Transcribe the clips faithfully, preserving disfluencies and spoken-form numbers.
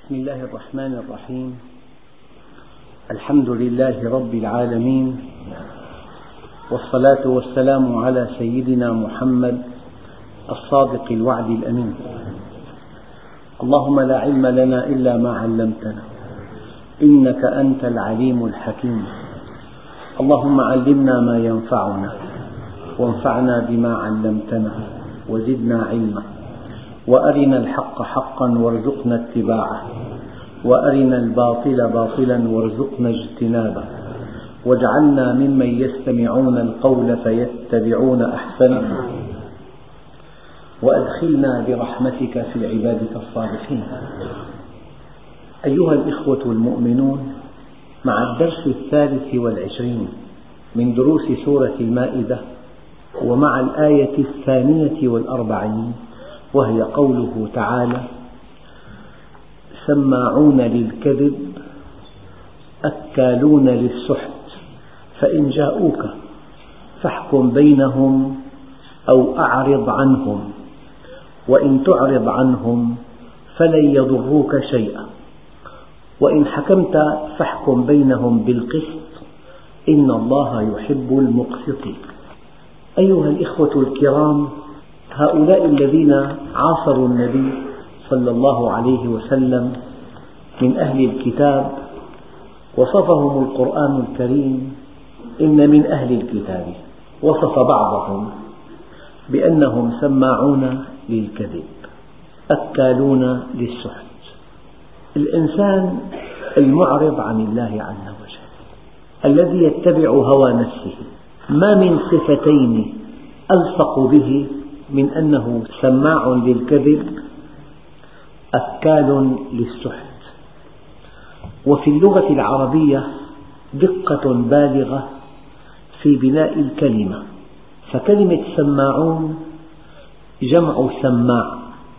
بسم الله الرحمن الرحيم. الحمد لله رب العالمين، والصلاة والسلام على سيدنا محمد الصادق الوعد الأمين. اللهم لا علم لنا إلا ما علمتنا إنك أنت العليم الحكيم. اللهم علمنا ما ينفعنا وانفعنا بما علمتنا وزدنا علما، وأرنا الحق حقا وارزقنا اتباعه، وأرنا الباطل باطلا وارزقنا اجتنابه، واجعلنا ممن يستمعون القول فيتبعون أحسنه، وأدخلنا برحمتك في عبادك الصالحين. أيها الإخوة المؤمنون، مع الدرس الثالث والعشرين من دروس سورة المائدة، ومع الآية الثانية والأربعين، وهي قوله تعالى: سماعون للكذب أكالون للسحت فإن جاءوك فاحكم بينهم أو أعرض عنهم وإن تعرض عنهم فلن يضروك شيئا وإن حكمت فاحكم بينهم بالقسط إن الله يحب المقسطين. أيها الإخوة الكرام، هؤلاء الذين عاصروا النبي صلى الله عليه وسلم من أهل الكتاب وصفهم القرآن الكريم إن من أهل الكتاب، وصف بعضهم بأنهم سماعون للكذب أكالون للسحت. الإنسان المعرض عن الله عز وجل الذي يتبع هوى نفسه ما من صفتين ألصق به من أنه سماع للكذب أكال للسحت. وفي اللغة العربية دقة بالغة في بناء الكلمة، فكلمة سماعون جمع سماع،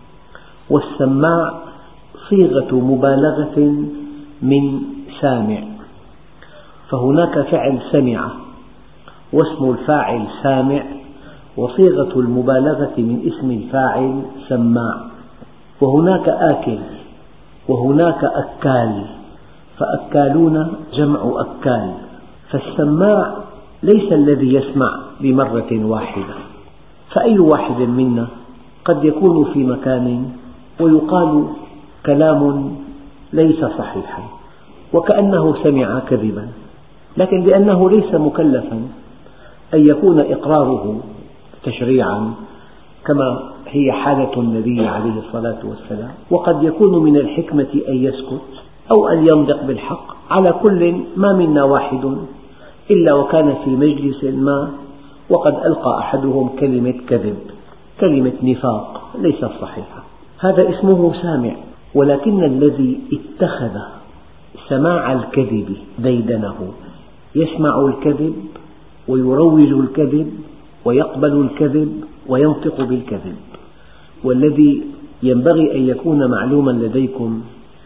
والسماع صيغة مبالغة من سامع، فهناك فعل سمع واسم الفاعل سامع، وصيغة المبالغة من اسم الفاعل سماع، وهناك آكل وهناك أكال، فأكالون جمع أكال. فالسماع ليس الذي يسمع بمرة واحدة، فأي واحد منا قد يكون في مكان ويقال كلام ليس صحيحا وكأنه سمع كذبا، لكن لأنه ليس مكلفا أن يكون إقراره تشريعا كما هي حالة النبي عليه الصلاة والسلام، وقد يكون من الحكمة أن يسكت أو أن ينطق بالحق. على كل، ما منا واحد إلا وكان في مجلس ما وقد ألقى أحدهم كلمة كذب، كلمة نفاق ليست صحيحة، هذا اسمه سامع. ولكن الذي اتخذ سماع الكذب ديدنه، يسمع الكذب ويروج الكذب ويقبل الكذب وينطق بالكذب. والذي ينبغي أن يكون معلوما لديكم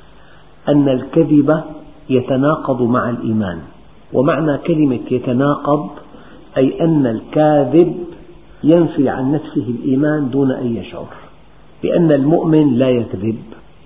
أن الكذب يتناقض مع الإيمان، ومعنى كلمة يتناقض أي أن الكاذب ينفي عن نفسه الإيمان دون أن يشعر، لأن المؤمن لا يكذب،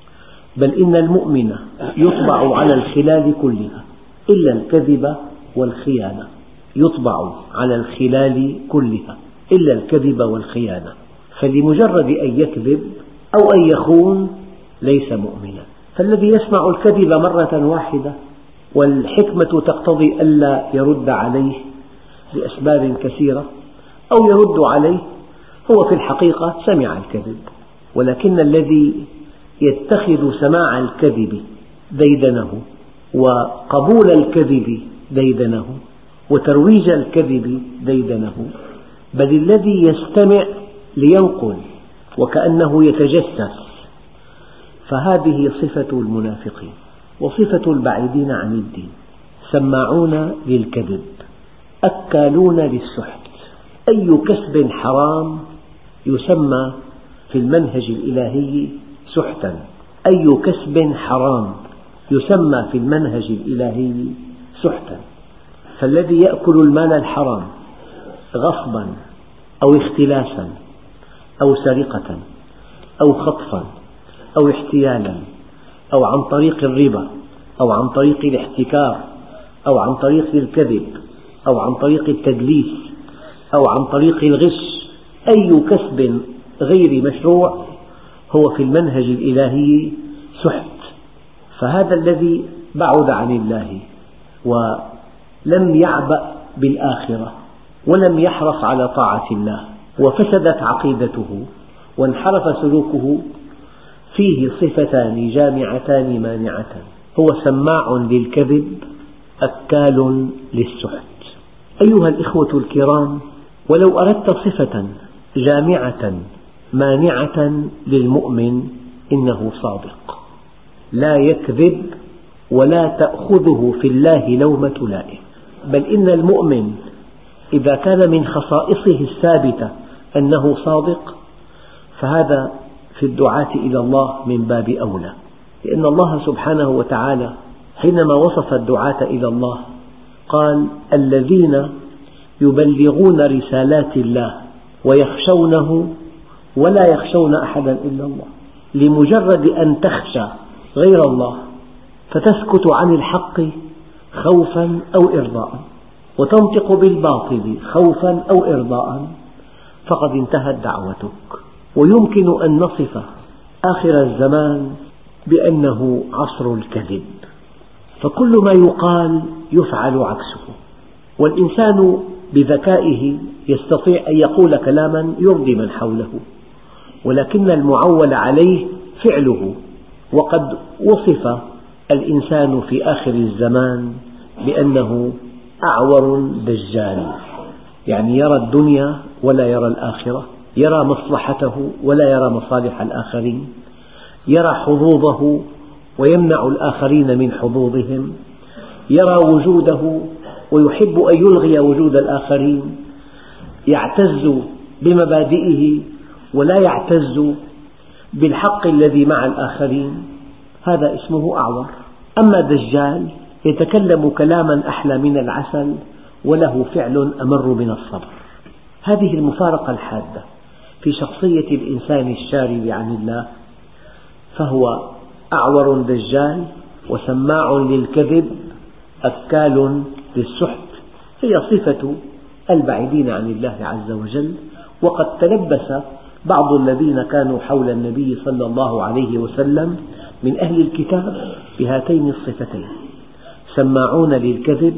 بل إن المؤمن يطبع على الخلال كلها إلا الكذب والخيانة، يطبع على الخلال كلها إلا الكذب والخيانة، فلمجرد أن يكذب أو أن يخون ليس مؤمنا. فالذي يسمع الكذب مرة واحدة والحكمة تقتضي ألا يرد عليه لأسباب كثيرة، أو يرد عليه هو في الحقيقة سمع الكذب. ولكن الذي يتخذ سماع الكذب ديدنه وقبول الكذب ديدنه وترويج الكذب ديدنه، بل الذي يستمع لينقل وكأنه يتجسس، فهذه صفة المنافقين وصفة البعيدين عن الدين. سماعون للكذب أكالون للسحت. أي كسب حرام يسمى في المنهج الإلهي سحتا، أي كسب حرام يسمى في المنهج الإلهي سحتا. فالذي يأكل المال الحرام غصبا أو اختلاسا أو سرقة أو خطفا أو احتيالا أو عن طريق الربا أو عن طريق الاحتكار أو عن طريق الكذب أو عن طريق التدليس أو عن طريق الغش، أي كسب غير مشروع هو في المنهج الإلهي سحت. فهذا الذي بعد عن الله ولم يعبأ بالآخرة ولم يحرص على طاعة الله وفسدت عقيدته وانحرف سلوكه، فيه صفتان جامعتان مانعتان: هو سماع للكذب أكال للسحت. أيها الإخوة الكرام، ولو أردت صفة جامعة مانعة للمؤمن إنه صادق، لا يكذب ولا تأخذه في الله لومة لائم. بل إن المؤمن إذا كان من خصائصه الثابتة أنه صادق فهذا في الدعاة إلى الله من باب أولى، لأن الله سبحانه وتعالى حينما وصف الدعاة إلى الله قال: الذين يبلغون رسالات الله ويخشونه ولا يخشون أحدا إلا الله. لمجرد أن تخشى غير الله فتسكت عن الحق خوفا أو إرضاء وتنطق بالباطل خوفا أو إرضاء فقد انتهت دعوتك. ويمكن أن نصف آخر الزمان بأنه عصر الكذب، فكل ما يقال يفعل عكسه، والإنسان بذكائه يستطيع أن يقول كلاما يرضي من حوله، ولكن المعول عليه فعله. وقد وصف الإنسان في آخر الزمان بأنه أعور دجال، يعني يرى الدنيا ولا يرى الآخرة، يرى مصلحته ولا يرى مصالح الآخرين، يرى حظوظه ويمنع الآخرين من حظوظهم، يرى وجوده ويحب أن يلغي وجود الآخرين، يعتز بمبادئه ولا يعتز بالحق الذي مع الآخرين، هذا اسمه أعور. أما دجال يتكلم كلاما أحلى من العسل وله فعل أمر من الصبر. هذه المفارقة الحادة في شخصية الإنسان الشارد عن الله، فهو أعور دجال وسماع للكذب أكال للسحت، هي صفة البعيدين عن الله عز وجل. وقد تلبس بعض الذين كانوا حول النبي صلى الله عليه وسلم من أهل الكتاب بهاتين الصفتين: سماعون للكذب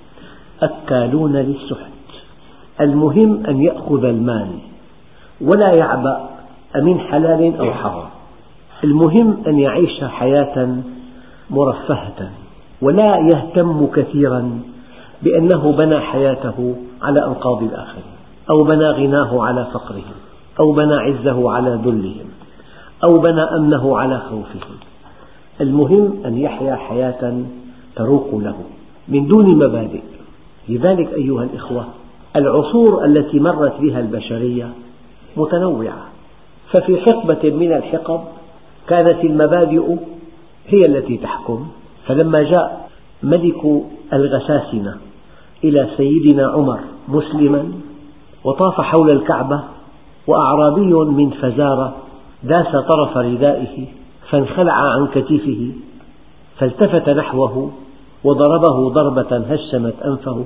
أكالون للسحت. المهم أن يأخذ المال ولا يعبأ من حلال أو حرام، المهم أن يعيش حياة مرفهة ولا يهتم كثيرا بأنه بنى حياته على أنقاض الآخرين، أو بنى غناه على فقرهم، أو بنى عزه على ذلهم، أو بنى أمنه على خوفهم. المهم أن يحيا حياة تروق له من دون مبادئ. لذلك أيها الإخوة، العصور التي مرت بها البشرية متنوعة، ففي حقبة من الحقب كانت المبادئ هي التي تحكم. فلما جاء ملك الغساسنة إلى سيدنا عمر مسلما وطاف حول الكعبة، وأعرابي من فزارة داس طرف ردائه فانخلع عن كتفه فالتفت نحوه وضربه ضربة هشمت أنفه،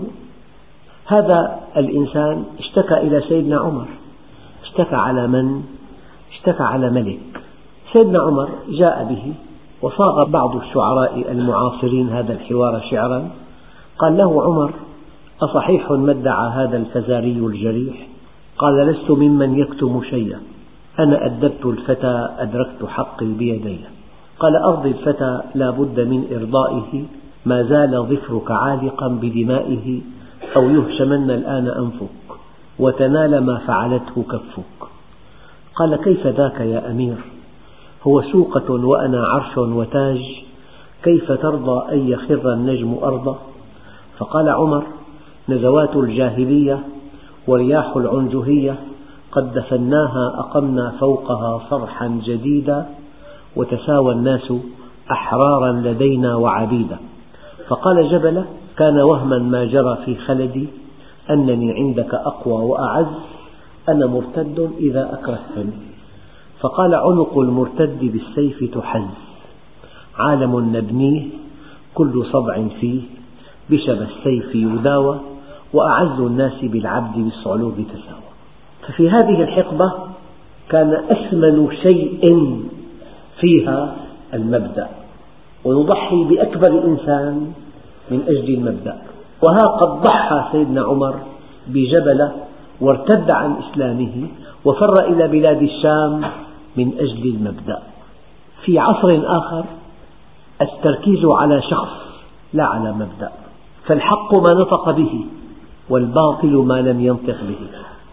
هذا الإنسان اشتكى إلى سيدنا عمر. اشتكى على من؟ اشتكى على ملك. سيدنا عمر جاء به، وصاغ بعض الشعراء المعاصرين هذا الحوار شعرا. قال له عمر: أصحيح ما ادعى هذا الفزاري الجريح؟ قال: لست ممن يكتم شيئا، أنا أدبت الفتى أدركت حقي بيدي. قال: أرضي الفتى لا بد من إرضائه، ما زال ظفرك عالقا بدمائه، أو يهشمن الآن أنفك وتنال ما فعلته كفك. قال: كيف ذاك يا أمير؟ هو سوقة وأنا عرش وتاج، كيف ترضى أن يخر النجم أرضا؟ فقال عمر: نزوات الجاهلية ورياح العنجهية قد دفناها أقمنا فوقها صرحا جديدا، وتساوى الناس أحرارا لدينا وعبيدا. فقال جبلة: كان وهما ما جرى في خلدي، أنني عندك أقوى وأعز، أنا مرتد إذا أكرهتني. فقال: عنق المرتد بالسيف تحز، عالم نبنيه كل صبع فيه بشب السيف يداوى وأعز الناس بالعبد بالصعلوك تساوى. ففي هذه الحقبة كان أثمن شيء فيها المبدأ، ونضحي بأكبر إنسان من أجل المبدأ. وها قد ضحى سيدنا عمر بجبلة وارتد عن إسلامه وفر إلى بلاد الشام من أجل المبدأ. في عصر آخر التركيز على شخص لا على مبدأ، فالحق ما نطق به والباطل ما لم ينطق به،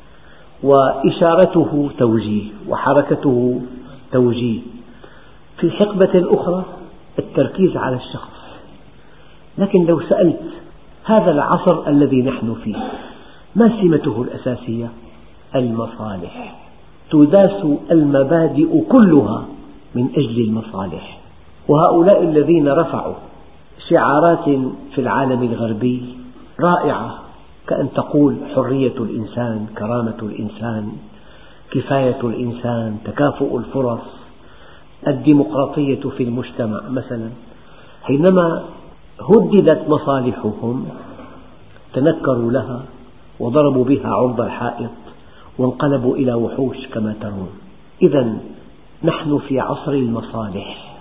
وإشارته توجيه وحركته توجيه. في حقبة أخرى التركيز على الشخص. لكن لو سألت هذا العصر الذي نحن فيه ما سمته الأساسية؟ المصالح، تداس المبادئ كلها من أجل المصالح. وهؤلاء الذين رفعوا شعارات في العالم الغربي رائعة، كأن تقول حرية الإنسان، كرامة الإنسان، كفاية الإنسان، تكافؤ الفرص، الديمقراطية في المجتمع مثلا، حينما هددت مصالحهم تنكروا لها وضربوا بها عرض الحائط وانقلبوا إلى وحوش كما ترون. إذن نحن في عصر المصالح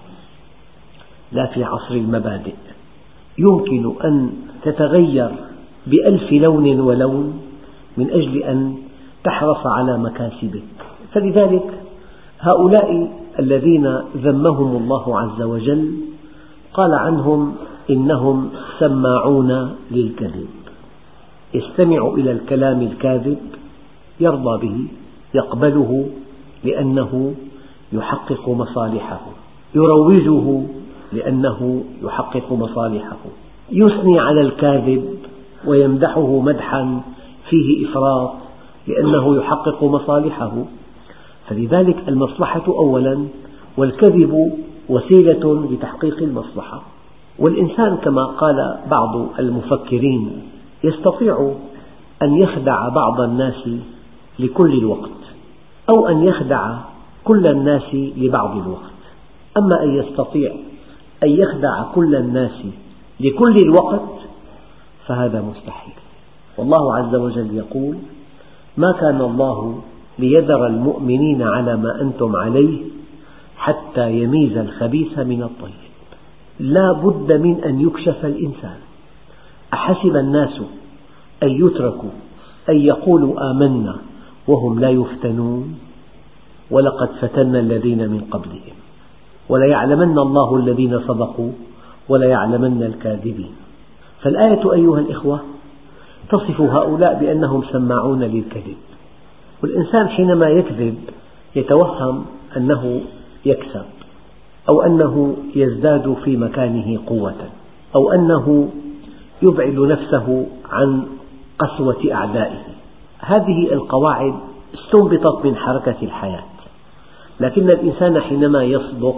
لا في عصر المبادئ. يمكن أن تتغير بألف لون ولون من أجل أن تحرص على مكاسبك. فلذلك هؤلاء الذين ذمهم الله عز وجل قال عنهم إنهم سماعون للكذب، يستمع إلى الكلام الكاذب يرضى به، يقبله لأنه يحقق مصالحه، يروجه لأنه يحقق مصالحه، يثني على الكاذب ويمدحه مدحا فيه إفراط لأنه يحقق مصالحه. فلذلك المصلحة أولا، والكذب وسيلة لتحقيق المصلحة. والإنسان كما قال بعض المفكرين يستطيع أن يخدع بعض الناس لكل الوقت، أو أن يخدع كل الناس لبعض الوقت. أما أن يستطيع أن يخدع كل الناس لكل الوقت فهذا مستحيل. والله عز وجل يقول: ما كان الله ليذر المؤمنين على ما أنتم عليه حتى يميز الخبيث من الطيب. لا بد من أن يكشف الإنسان. أحسب الناس أن يتركوا أن يقولوا آمنا وهم لا يفتنون ولقد فتنا الذين من قبلهم وليعلمن الله الذين صدقوا وليعلمن الكاذبين. فالآية أيها الإخوة تصف هؤلاء بأنهم سماعون للكذب. والإنسان حينما يكذب يتوهم أنه يكسب، أو أنه يزداد في مكانه قوة، أو أنه يبعد نفسه عن قسوة أعدائه. هذه القواعد استنبطت من حركة الحياة، لكن الإنسان حينما يصدق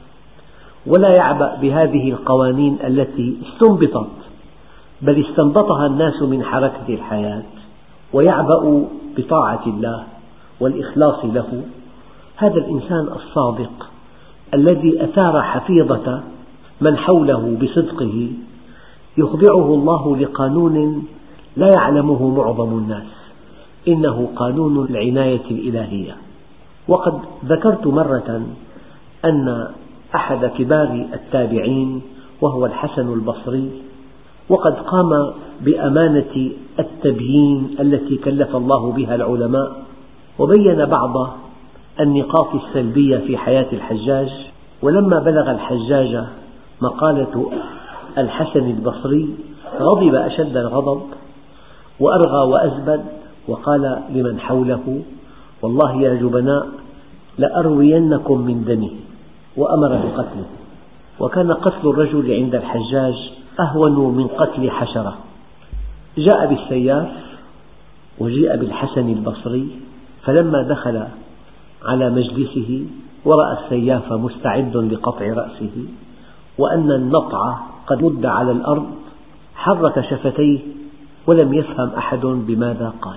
ولا يعبأ بهذه القوانين التي استنبطت بل استنبطها الناس من حركة الحياة، ويعبأ بطاعة الله والإخلاص له، هذا الإنسان الصادق الذي أثار حفيظة من حوله بصدقه يخضعه الله لقانون لا يعلمه معظم الناس، إنه قانون العناية الإلهية. وقد ذكرت مرة أن أحد كبار التابعين وهو الحسن البصري، وقد قام بأمانة التبيين التي كلف الله بها العلماء، وبين بعض النقاط السلبية في حياة الحجاج. ولما بلغ الحجاج مقالة الحسن البصري غضب أشد الغضب وأرغى وأزبد، وقال لمن حوله: والله يا جبناء لأروينكم من دمه، وأمر بقتله. وكان قتل الرجل عند الحجاج أهون من قتل حشرة. جاء بالسياف وجيء بالحسن البصري، فلما دخل على مجلسه ورأى السياف مستعد لقطع رأسه وأن النطع قد مد على الأرض حرك شفتيه ولم يفهم أحد بماذا قال.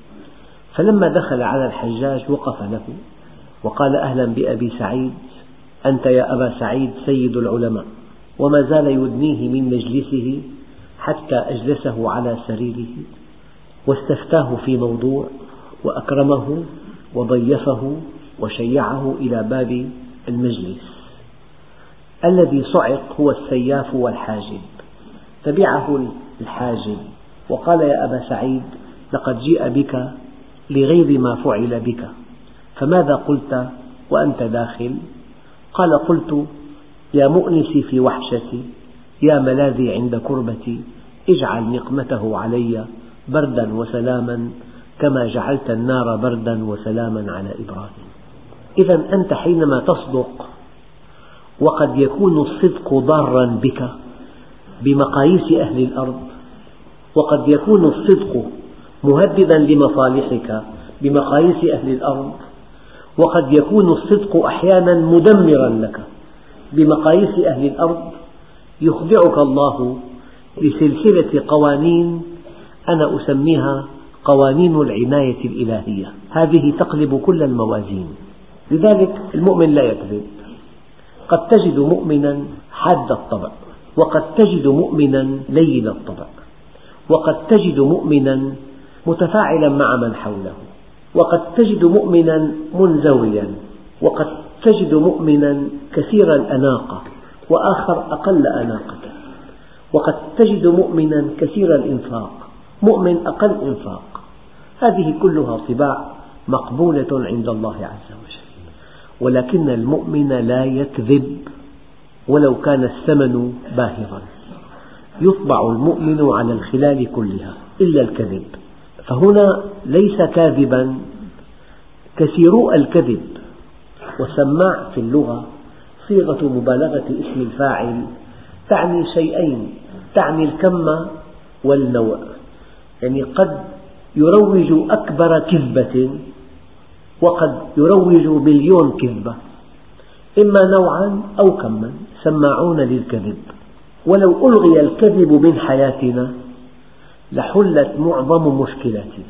فلما دخل على الحجاج وقف له وقال: أهلا بأبي سعيد، أنت يا أبا سعيد سيد العلماء. وما زال يدنيه من مجلسه حتى أجلسه على سريره واستفتاه في موضوع وأكرمه وضيفه وشيعه إلى باب المجلس. الذي صعق هو السياف والحاجب. تبعه الحاجب وقال يا أبا سعيد لقد جيء بك لغير ما فعل بك، فماذا قلت وأنت داخل؟ قال قلت يا مؤنسي في وحشتي، يا ملاذي عند كربتي، اجعل نقمته علي بردا وسلاما كما جعلت النار بردا وسلاما على إبراهيم. إذا أنت حينما تصدق وقد يكون الصدق ضارا بك بمقاييس أهل الأرض، وقد يكون الصدق مهددا لمصالحك بمقاييس أهل الأرض، وقد يكون الصدق أحيانا مدمرا لك بمقاييس أهل الأرض، يخضعك الله لسلسلة قوانين أنا أسميها قوانين العناية الإلهية، هذه تقلب كل الموازين. لذلك المؤمن لا يكذب. قد تجد مؤمنا حاد الطبع، وقد تجد مؤمنا لين الطبع، وقد تجد مؤمنا متفاعلا مع من حوله، وقد تجد مؤمنا منزويا، وقد تجد مؤمنا كثير الأناقة وآخر أقل أناقة، وقد تجد مؤمنا كثير الإنفاق، مؤمن أقل إنفاق. هذه كلها طباع مقبولة عند الله عز وجل، ولكن المؤمن لا يكذب ولو كان الثمن باهظا. يطبع المؤمن على الخلال كلها إلا الكذب، فهنا ليس كاذبا كثيرو الكذب. وسماع في اللغة صيغة مبالغة اسم الفاعل تعني شيئين، تعني الكم والنوع، يعني قد يروج أكبر كذبة وقد يروج مليون كذبة، إما نوعا أو كما، سماعون للكذب. ولو ألغي الكذب من حياتنا لحلت معظم مشكلاتنا.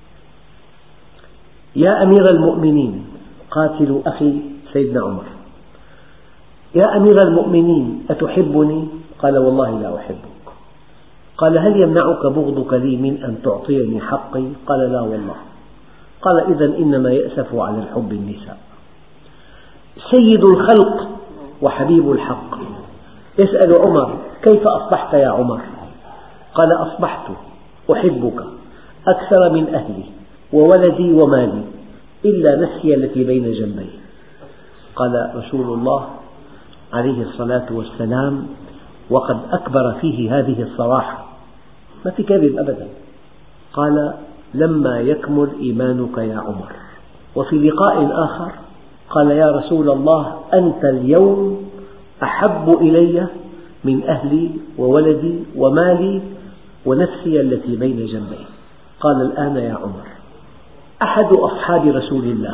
يا أمير المؤمنين قاتل أخي سيدنا عمر، يا أمير المؤمنين أتحبني؟ قال والله لا أحبك. قال هل يمنعك بغضك لي من أن تعطيني حقي؟ قال لا والله. قال إذن إنما يأسف على الحب النساء. سيد الخلق وحبيب الحق يسأل عمر كيف أصبحت يا عمر؟ قال أصبحت أحبك أكثر من أهلي وولدي ومالي إلا نفسي التي بين جنبي. قال رسول الله عليه الصلاة والسلام وقد أكبر فيه هذه الصراحة، ما في كذب أبدا، قال لما يكمل إيمانك يا عمر. وفي لقاء آخر قال يا رسول الله أنت اليوم أحب إلي من أهلي وولدي ومالي ونفسي التي بين جنبي. قال الآن يا عمر أحد أصحاب رسول الله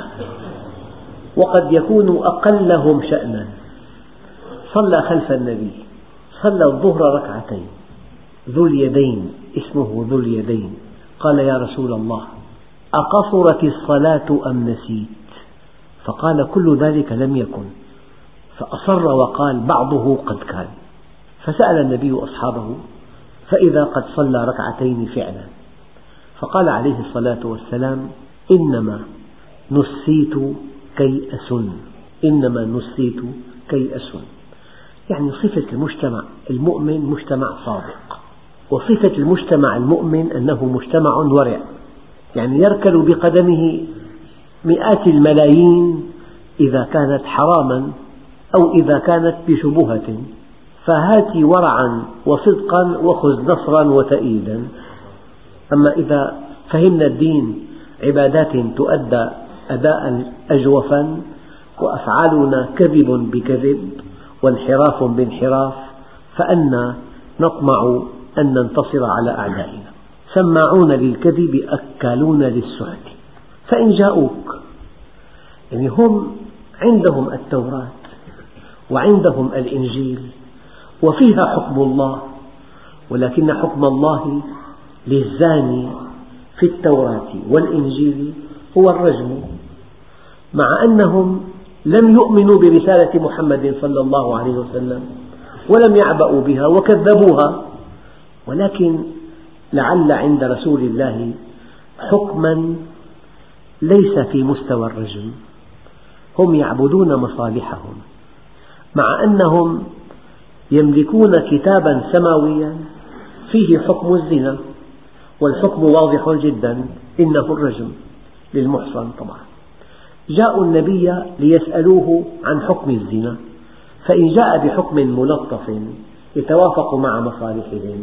وقد يكون أقلهم شأنا صلى خلف النبي، صلى الظهر ركعتين، ذو اليدين اسمه ذو اليدين، قال يا رسول الله أقصرت الصلاة أم نسيت؟ فقال كل ذلك لم يكن، فأصر وقال بعضه قد كان. فسأل النبي أصحابه فإذا قد صلى ركعتين فعلا، فقال عليه الصلاة والسلام إنما نسيت كي أسن، إنما نسيت كي أسن. يعني صفة المجتمع المؤمن مجتمع صادق، وصفة المجتمع المؤمن أنه مجتمع ورع، يعني يركل بقدمه مئات الملايين إذا كانت حراما أو إذا كانت بشبهة، فهات ورعا وصدقا وخذ نصرا وتأييدا. أما إذا فهمنا الدين عبادات تؤدى أداء أجوفا وأفعالنا كذب بكذب وانحراف بانحراف، فأنا نطمع أن ننتصر على أعدائنا. سماعون للكذب أكالون للسحت. فإن جاءوك، يعني هم عندهم التوراة وعندهم الإنجيل وفيها حكم الله، ولكن حكم الله للزاني في التوراة والإنجيل هو الرجم، مع أنهم لم يؤمنوا برسالة محمد صلى الله عليه وسلم ولم يعبأوا بها وكذبوها، ولكن لعل عند رسول الله حكما ليس في مستوى الرجم. هم يعبدون مصالحهم، مع أنهم يملكون كتابا سماويا فيه حكم الزنا، والحكم واضح جدا، إنه الرجم للمحصن. طبعا جاءوا النبي ليسألوه عن حكم الزنا، فإن جاء بحكم ملطف يتوافق مع مصالحهم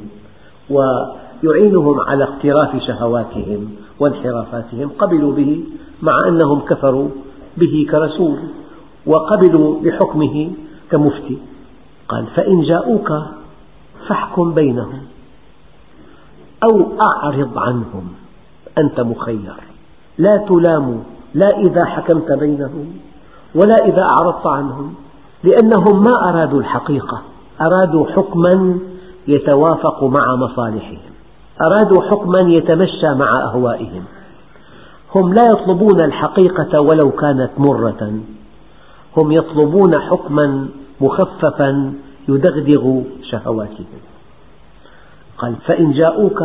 ويعينهم على اقتراف شهواتهم وانحرافاتهم قبلوا به، مع أنهم كفروا به كرسول وقبلوا بحكمه كمفتي. قال: فإن جاءوك فاحكم بينهم أو أعرض عنهم، أنت مخير، لا تلام لا إذا حكمت بينهم ولا إذا أعرضت عنهم، لأنهم ما أرادوا الحقيقة، أرادوا حكما يتوافق مع مصالحهم، أرادوا حكما يتمشى مع أهوائهم. هم لا يطلبون الحقيقة ولو كانت مرة، هم يطلبون حكما مخففا يدغدغ شهواتهم. قال: فإن جاءوك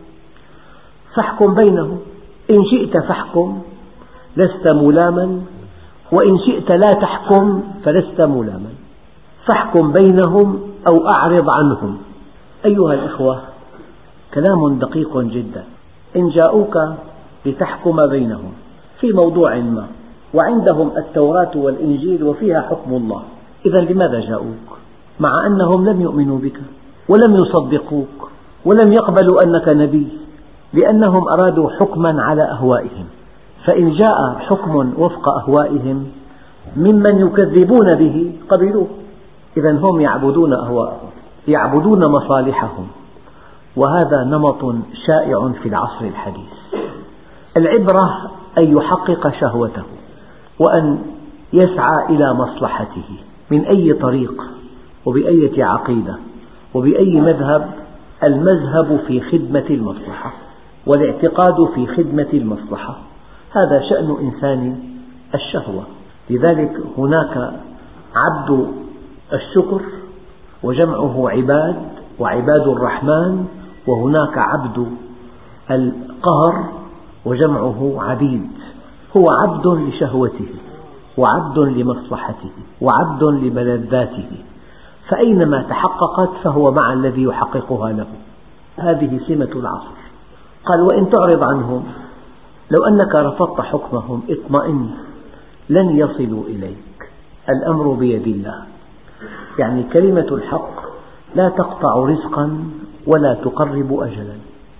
فاحكم بينهم، إن شئت فاحكم لست ملاما، وإن شئت لا تحكم فلست ملاما، فاحكم بينهم أو أعرض عنهم. أيها الإخوة، كلام دقيق جدا. إن جاءوك لتحكم بينهم في موضوع ما، وعندهم التوراة والإنجيل وفيها حكم الله، إذا لماذا جاءوك؟ مع أنهم لم يؤمنوا بك ولم يصدقوك ولم يقبلوا أنك نبي، لأنهم أرادوا حكما على أهوائهم. فإن جاء حكم وفق أهوائهم ممن يكذبون به قبلوه. إذا هم يعبدون أهواءهم، يعبدون مصالحهم، وهذا نمط شائع في العصر الحديث. العبرة أن يحقق شهوته وأن يسعى إلى مصلحته من أي طريق وبأية عقيدة وبأي مذهب. المذهب في خدمة المصلحة والاعتقاد في خدمة المصلحة، هذا شأن إنسان الشهوة. لذلك هناك عبد الشكر وجمعه عباد وعباد الرحمن، وهناك عبد القهر وجمعه عبيد. هو عبد لشهوته وعبد لمصلحته وعبد لملذاته، فأينما تحققت فهو مع الذي يحققها له. هذه سمة العصر. قال: وإن تعرض عنهم، لو أنك رفضت حكمهم اطمئن، لن يصلوا إليك، الأمر بيد الله. يعني كلمة الحق لا تقطع رزقا ولا تقرب أجلا.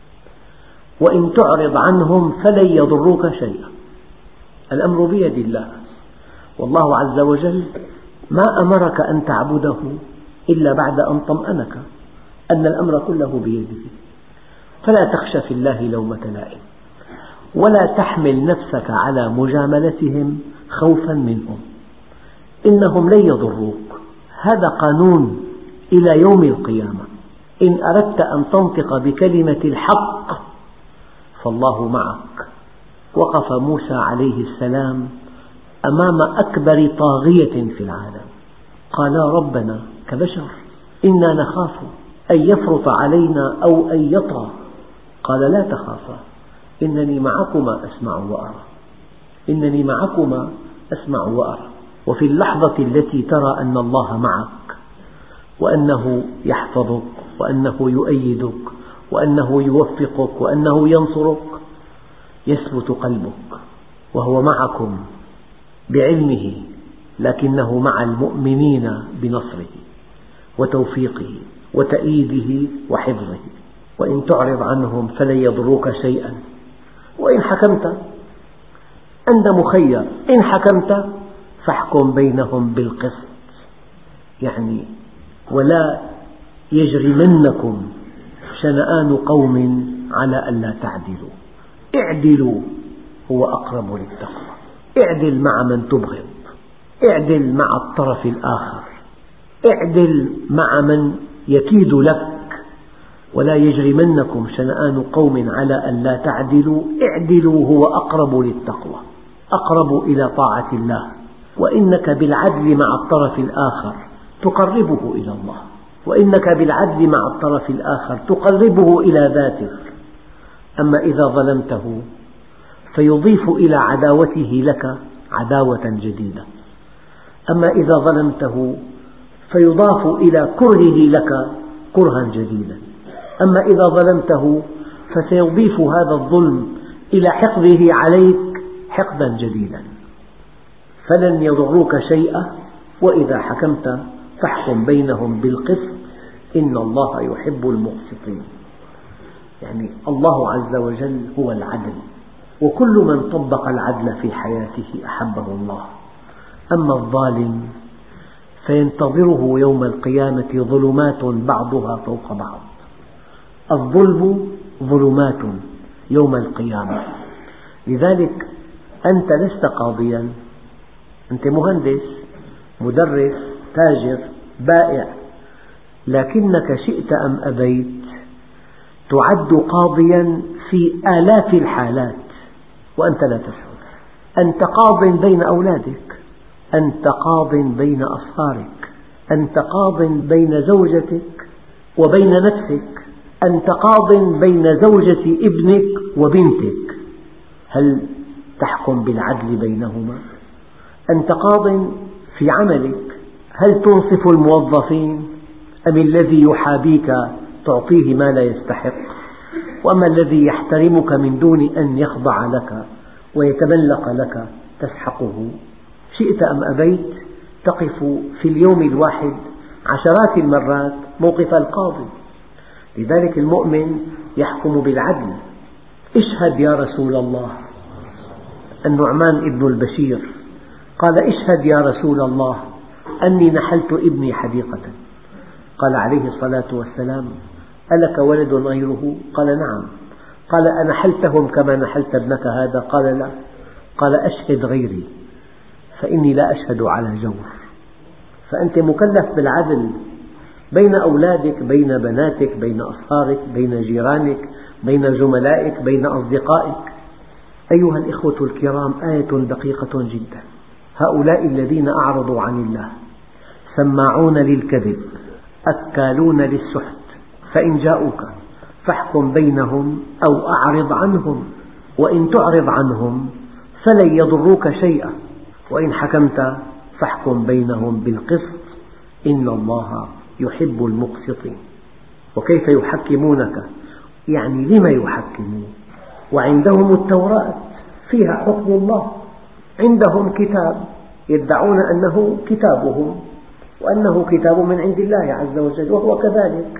وإن تعرض عنهم فلن يضروك شيئا، الأمر بيد الله. والله عز وجل ما أمرك أن تعبده إلا بعد أن طمأنك أن الأمر كله بيده. فلا تخش في الله لومة لائم، ولا تحمل نفسك على مجاملتهم خوفا منهم، إنهم لن يضروك. هذا قانون إلى يوم القيامة. إن أردت أن تنطق بكلمة الحق فالله معك. وقف موسى عليه السلام أمام أكبر طاغية في العالم، قال: ربنا، كبشر، إنا نخاف أن يفرط علينا أو أن يطغى. قال: لا تخافا، إنني معكما أسمع وأرى، إنني معكما أسمع وأرى. وفي اللحظة التي ترى أن الله معك وأنه يحفظك وأنه يؤيدك وأنه يوفقك وأنه ينصرك، يثبت قلبك، وهو معكم بعلمه، لكنه مع المؤمنين بنصره وتوفيقه وتأييده وحفظه. وإن تعرض عنهم فلن يضروك شيئا. وإن حكمت، أنت مخير، إن حكمت فاحكم بينهم بالقسط. يعني ولا يجرمنكم شنآن قوم على ألا تعدلوا، اعدلوا هو أقرب للتقوى. اعدل مع من تبغض، اعدل مع الطرف الآخر، اعدل مع من يكيد لك. ولا يجرمنكم شنآن قوم على ألا تعدلوا، اعدلوا هو أقرب للتقوى، أقرب إلى طاعة الله. وإنك بالعدل مع الطرف الآخر تقربه إلى الله، وإنك بالعدل مع الطرف الآخر تقربه إلى ذاتك. أما إذا ظلمته فيضيف إلى عداوته لك عداوة جديدة، أما إذا ظلمته فيضاف إلى كرهه لك كرها جديدا، أما إذا ظلمته فسيضيف هذا الظلم إلى حقده عليك حقدا جديدا. فلن يضروك شيئا وإذا حكمت فاحكم بينهم بالقسط إن الله يحب المقسطين. يعني الله عز وجل هو العدل، وكل من طبق العدل في حياته أحبه الله. أما الظالم فينتظره يوم القيامة ظلمات بعضها فوق بعض. الظلم ظلمات يوم القيامة. لذلك أنت لست قاضيا، أنت مهندس، مدرس، تاجر، بائع، لكنك شئت أم أبيت تعد قاضيا في آلاف الحالات وأنت لا تشعر. أنت قاض بين أولادك، أنت قاض بين أصهارك، أنت قاض بين زوجتك وبين نفسك، أنت قاض بين زوجة ابنك وبنتك. هل تحكم بالعدل بينهما؟ أنت قاض في عملك، هل تنصف الموظفين أم الذي يحابيك تعطيه ما لا يستحق؟ وأما الذي يحترمك من دون أن يخضع لك ويتملق لك تسحقه. شئت أم أبيت تقف في اليوم الواحد عشرات المرات موقف القاضي. لذلك المؤمن يحكم بالعدل. اشهد يا رسول الله. النعمان ابن البشير قال: اشهد يا رسول الله أني نحلت ابني حديقة. قال عليه الصلاة والسلام: ألك ولد غيره؟ قال: نعم. قال: أنحلتهم كما نحلت ابنك هذا؟ قال: لا. قال: أشهد غيري فإني لا أشهد على جور. فأنت مكلف بالعدل بين أولادك، بين بناتك، بين أصهارك، بين جيرانك، بين زملائك، بين أصدقائك. أيها الإخوة الكرام، آية دقيقة جدا. هؤلاء الذين أعرضوا عن الله سماعون للكذب أكالون للسحت، فإن جاءوك فاحكم بينهم أو أعرض عنهم، وإن تعرض عنهم فلن يضروك شيئا، وإن حكمت فاحكم بينهم بالقسط إن الله يحب المقسطين. وكيف يحكمونك؟ يعني لما يحكمون؟ وعندهم التوراة فيها حكم الله، عندهم كتاب يدعون أنه كتابهم وأنه كتاب من عند الله عز وجل، وهو كذلك.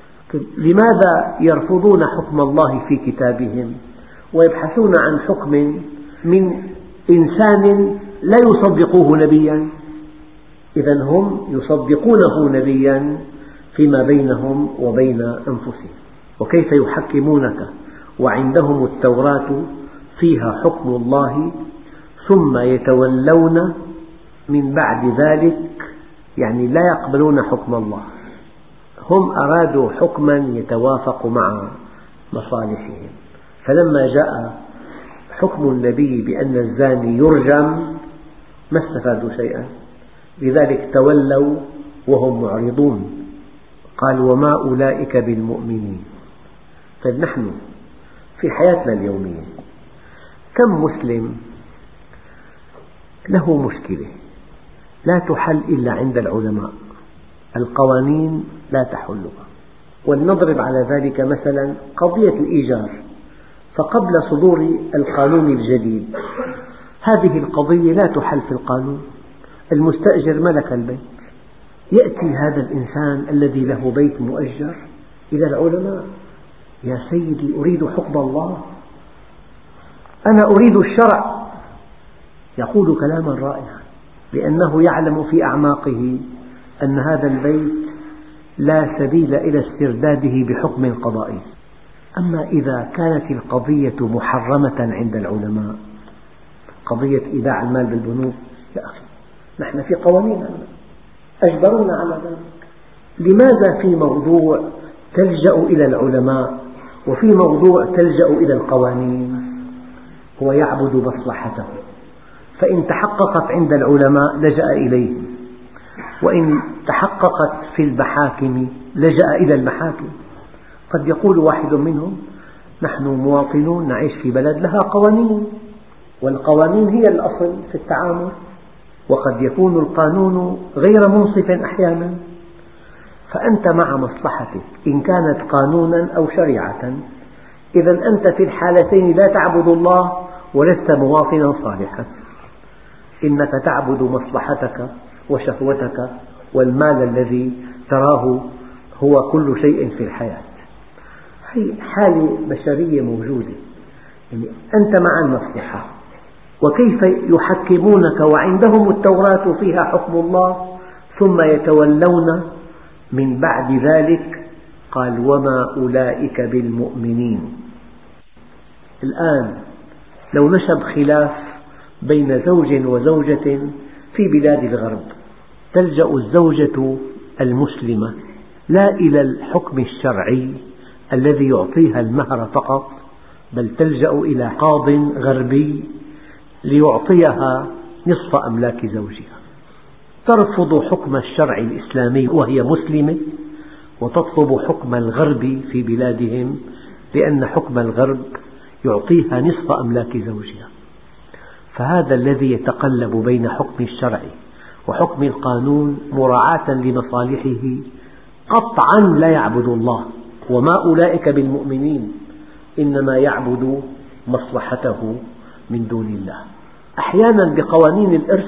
لماذا يرفضون حكم الله في كتابهم ويبحثون عن حكم من إنسان لا يصدقوه نبيا؟ إذن هم يصدقونه نبيا فيما بينهم وبين أنفسهم. وكيف يحكمونك وعندهم التوراة فيها حكم الله ثم يتولون من بعد ذلك، يعني لا يقبلون حكم الله. هم أرادوا حكما يتوافق مع مصالحهم، فلما جاء حكم النبي بأن الزاني يرجم ما استفادوا شيئا، لذلك تولوا وهم معرضون. قال: وما أولئك بالمؤمنين. طيب نحن في حياتنا اليومية كم مسلم له مشكلة لا تحل إلا عند العلماء، القوانين لا تحلها. ولنضرب على ذلك مثلا قضية الإيجار. فقبل صدور القانون الجديد هذه القضية لا تحل في القانون. المستأجر ملك البيت، يأتي هذا الإنسان الذي له بيت مؤجر إلى العلماء: يا سيدي أريد حكم الله، أنا أريد الشرع. يقول كلاما رائعا لأنه يعلم في أعماقه أن هذا البيت لا سبيل إلى استرداده بحكم قضائي. أما إذا كانت القضية محرمة عند العلماء، قضية إيداع المال بالبنوك، يا أخي نحن في قوانين أجبرونا على ذلك. لماذا في موضوع تلجأ إلى العلماء وفي موضوع تلجأ إلى القوانين؟ هو يعبد مصلحته، فإن تحققت عند العلماء لجأ إليهم، وإن تحققت في المحاكم لجأ إلى المحاكم. قد يقول واحد منهم: نحن مواطنون نعيش في بلد لها قوانين، والقوانين هي الأصل في التعامل، وقد يكون القانون غير منصف أحيانا، فأنت مع مصلحتك إن كانت قانونا أو شريعة. إذا أنت في الحالتين لا تعبد الله ولست مواطنا صالحا، إنك تعبد مصلحتك وشهوتك والمال الذي تراه هو كل شيء في الحياة. هي حالة بشرية موجودة، يعني أنت مع المصلحة. وكيف يحكمونك وعندهم التوراة فيها حكم الله ثم يتولون من بعد ذلك؟ قال: وما أولئك بالمؤمنين. الآن لو نشب خلاف بين زوج وزوجة في بلاد الغرب، تلجأ الزوجة المسلمة لا إلى الحكم الشرعي الذي يعطيها المهر فقط، بل تلجأ إلى قاض غربي ليعطيها نصف أملاك زوجها. ترفض حكم الشرع الإسلامي وهي مسلمة، وتطلب حكم الغرب في بلادهم، لأن حكم الغرب يعطيها نصف أملاك زوجها. فهذا الذي يتقلب بين حكم الشرع وحكم القانون مراعاة لمصالحه قطعا لا يعبد الله. وما أولئك بالمؤمنين، إنما يعبد مصلحته من دون الله. أحيانا بقوانين الإرث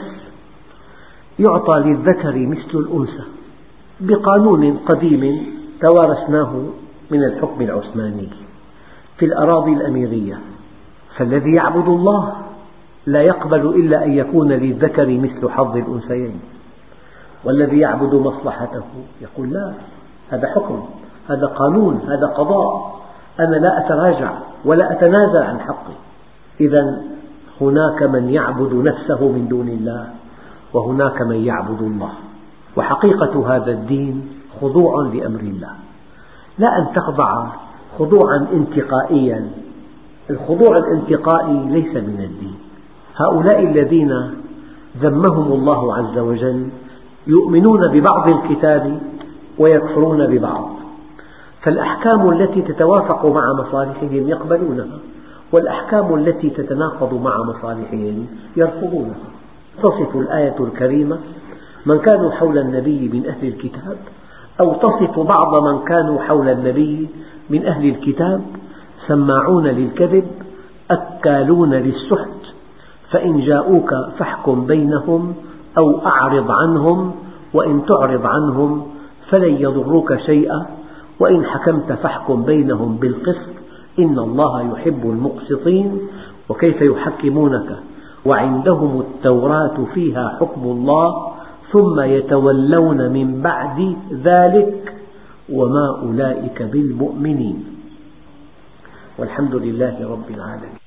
يعطى للذكر مثل الأنثى بقانون قديم توارثناه من الحكم العثماني في الأراضي الأميرية، فالذي يعبد الله لا يقبل إلا أن يكون للذكر مثل حظ الأنثيين، والذي يعبد مصلحته يقول: لا، هذا حكم، هذا قانون، هذا قضاء، أنا لا أتراجع ولا أتنازل عن حقي. إذا هناك من يعبد نفسه من دون الله، وهناك من يعبد الله. وحقيقة هذا الدين خضوع لأمر الله، لا أن تخضع خضوعا انتقائيا. الخضوع الانتقائي ليس من الدين. هؤلاء الذين ذمهم الله عز وجل يؤمنون ببعض الكتاب ويكفرون ببعض، فالأحكام التي تتوافق مع مصالحهم يقبلونها، والأحكام التي تتناقض مع مصالحهم يرفضونها. تصف الآية الكريمة من كانوا حول النبي من أهل الكتاب، أو تصف بعض من كانوا حول النبي من أهل الكتاب: سماعون للكذب أكالون للسحت، فإن جاءوك فاحكم بينهم أو أعرض عنهم، وإن تعرض عنهم فلن يضروك شيئا، وإن حكمت فاحكم بينهم بالقسط، إن الله يحب المقسطين. وكيف يحكمونك وعندهم التوراة فيها حكم الله ثم يتولون من بعد ذلك وما أولئك بالمؤمنين. والحمد لله رب العالمين.